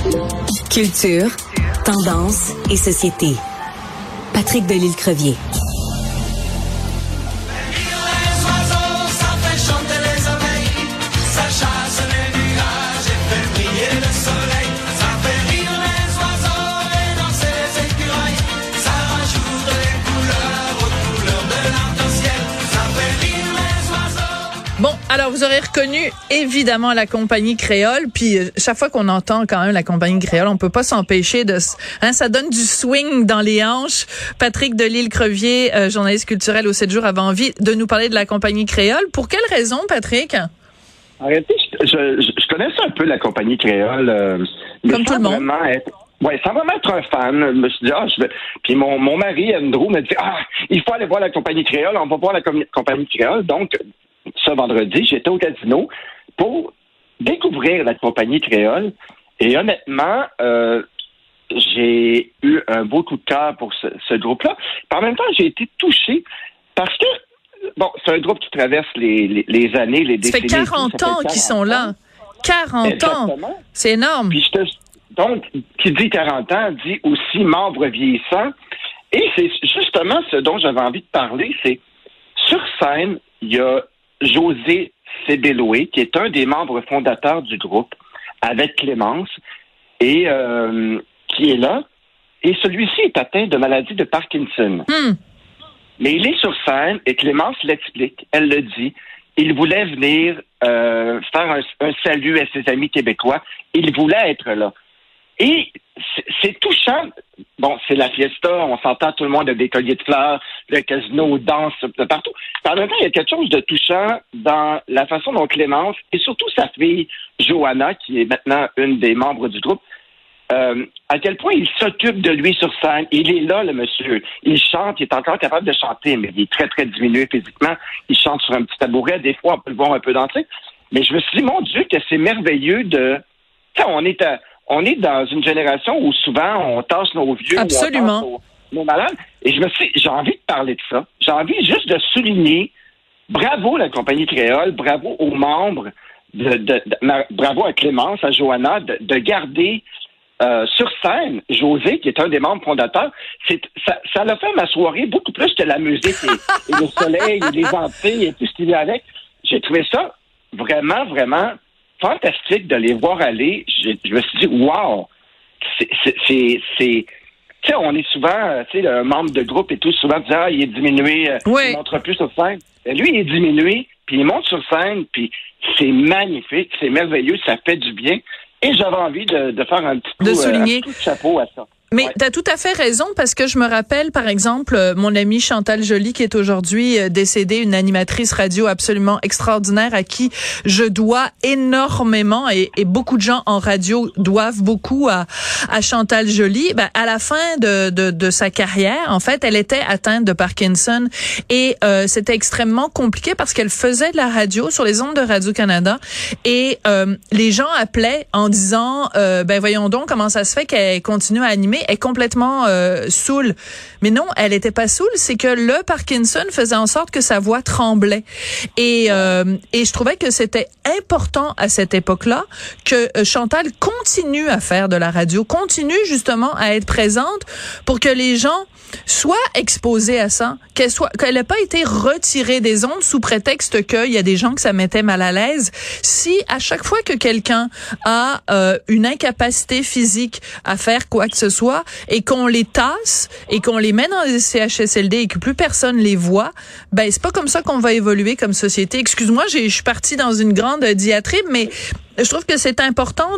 Culture, tendance et société. Patrick Delisle-Crevier. Bon, alors vous aurez reconnu évidemment la compagnie créole, puis chaque fois qu'on entend quand même la compagnie créole, on peut pas s'empêcher de... ça donne du swing dans les hanches. Patrick Delisle-Crevier, journaliste culturel au 7 jours, avait envie de nous parler de la compagnie créole. Pour quelle raison, Patrick? En réalité, je connaissais un peu la compagnie créole. Comme tout le monde. Sans vraiment être un fan, je me suis dit, Puis mon mari, Andrew, m'a dit, il faut aller voir la compagnie créole, on va voir la compagnie créole. Donc, ce vendredi, j'étais au casino pour découvrir la compagnie créole. Et honnêtement, j'ai eu un beau coup de cœur pour ce groupe-là. Puis en même temps, j'ai été touché parce que, c'est un groupe qui traverse les années, les décennies. Ça fait 40 ans qu'ils sont là. 40 Exactement. ans. C'est énorme. Puis donc, qui dit 40 ans, dit aussi membre vieillissant. Et c'est justement ce dont j'avais envie de parler, c'est sur scène, il y a José Cébéloé, qui est un des membres fondateurs du groupe, avec Clémence, et qui est là. Et celui-ci est atteint de maladie de Parkinson. Mais il est sur scène, et Clémence l'explique, elle le dit, il voulait venir faire un salut à ses amis québécois. Il voulait être là. Et c'est touchant. Bon, c'est la fiesta, on s'entend, tout le monde a des colliers de fleurs, le casino danse de partout. En même temps, il y a quelque chose de touchant dans la façon dont Clémence, et surtout sa fille Johanna, qui est maintenant une des membres du groupe, à quel point il s'occupe de lui sur scène. Il est là, le monsieur. Il chante, il est encore capable de chanter, mais il est très, très diminué physiquement. Il chante sur un petit tabouret. Des fois, on peut le voir un peu danser. Mais je me suis dit, mon Dieu, que c'est merveilleux de... Tu sais, on est dans une génération où souvent on tasse nos vieux, absolument, ou on tasse nos malades. Et j'ai envie de parler de ça. J'ai envie juste de souligner, bravo la compagnie créole, bravo aux membres, bravo à Clémence, à Johanna, de garder sur scène José, qui est un des membres fondateurs. Ça l'a fait ma soirée beaucoup plus que la musique et le soleil et les Antilles et tout ce qu'il y a avec. J'ai trouvé ça vraiment, vraiment fantastique de les voir aller. Je me suis dit, wow! Tu sais, on est souvent, tu sais, un membre de groupe et tout, souvent disant, il est diminué, il montre plus sur scène. Et lui, il est diminué, puis il monte sur scène, puis c'est magnifique, c'est merveilleux, ça fait du bien. Et j'avais envie de faire un petit coup de chapeau à ça. Mais t'as tout à fait raison, parce que je me rappelle, par exemple, mon amie Chantal Joly, qui est aujourd'hui décédée, une animatrice radio absolument extraordinaire à qui je dois énormément, et beaucoup de gens en radio doivent beaucoup à Chantal Joly. Ben, à la fin de sa carrière, en fait, elle était atteinte de Parkinson, et c'était extrêmement compliqué parce qu'elle faisait de la radio sur les ondes de Radio-Canada, et les gens appelaient en disant, ben voyons donc comment ça se fait qu'elle continue à animer, est complètement saoule. Mais non, elle était pas saoule, c'est que le Parkinson faisait en sorte que sa voix tremblait. Et je trouvais que c'était important à cette époque-là que Chantal continue à faire de la radio, continue justement à être présente pour que les gens soient exposés à ça, qu'elle n'ait pas été retirée des ondes sous prétexte qu'il y a des gens que ça mettait mal à l'aise. Si à chaque fois que quelqu'un a une incapacité physique à faire quoi que ce soit et qu'on les tasse et qu'on les met dans des CHSLD et que plus personne les voit, ben c'est pas comme ça qu'on va évoluer comme société. Excuse-moi, je suis partie dans une grande diatribe, mais je trouve que c'est important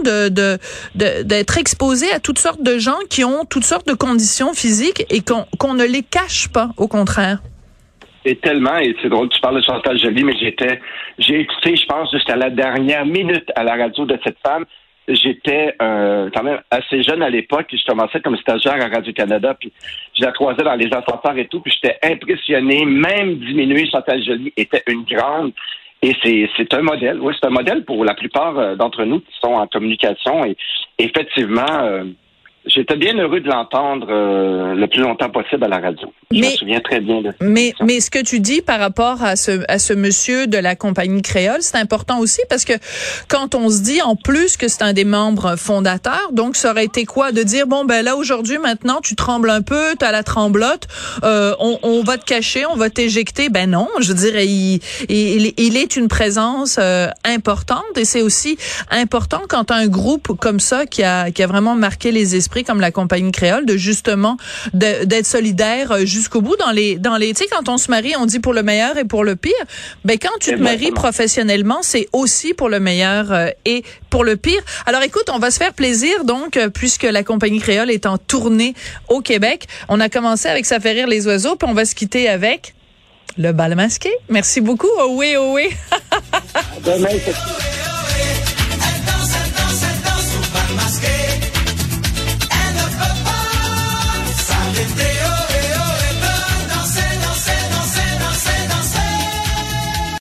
d'être exposé à toutes sortes de gens qui ont toutes sortes de conditions physiques et qu'on ne les cache pas, au contraire. Et tellement, et c'est drôle, tu parles de Chantal Joly, mais j'ai écouté, je pense, jusqu'à la dernière minute à la radio de cette femme. J'étais quand même assez jeune à l'époque, puis je commençais comme stagiaire à Radio-Canada, puis je la croisais dans les ascenseurs et tout, puis j'étais impressionné, même diminué. Chantal Joly était une grande. Et c'est un modèle, oui, c'est un modèle pour la plupart d'entre nous qui sont en communication. Et effectivement, j'étais bien heureux de l'entendre le plus longtemps possible à la radio. Je me souviens très bien de ça. Mais ce que tu dis par rapport à ce monsieur de la compagnie créole, c'est important aussi parce que quand on se dit en plus que c'est un des membres fondateurs, donc ça aurait été quoi de dire bon ben là aujourd'hui maintenant tu trembles un peu, t'as la tremblote, on va te cacher, on va t'éjecter. Ben non, je veux dire il est une présence importante et c'est aussi important quand un groupe comme ça qui a vraiment marqué les esprits comme la compagnie créole de justement d'être solidaire jusqu'au bout dans les tu sais quand on se marie on dit pour le meilleur et pour le pire, ben quand tu te maries professionnellement c'est aussi pour le meilleur et pour le pire. Alors écoute, on va se faire plaisir donc puisque la compagnie créole est en tournée au Québec. On a commencé avec Ça fait rire les oiseaux puis on va se quitter avec le bal masqué. Merci beaucoup. Oh oui, oh oui. Demain,